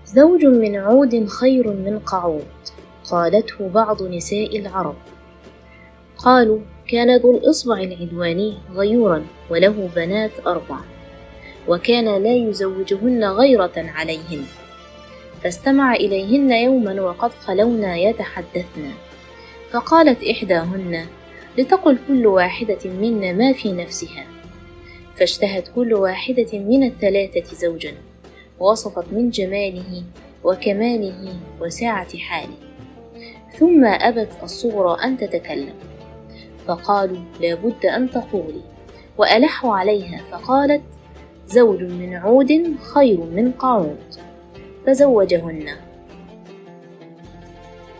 زوج من عود خير من قعود، قالته بعض نساء العرب. قالوا: كان ذو الإصبع العدواني غيورا وله بنات 4، وكان لا يزوجهن غيرة عليهن، فاستمع إليهن يوما وقد خلونا يتحدثن، فقالت إحداهن: لتقل كل واحدة منا ما في نفسها، فاشتهت كل واحدة من ال3 زوجا، وصفت من جماله وكماله وسعة حاله، ثم أبت الصغرى أن تتكلم، فقالوا: لا بد أن تقولي، وألحوا عليها فقالت: زوج من عود خير من قعود، فزوجهن.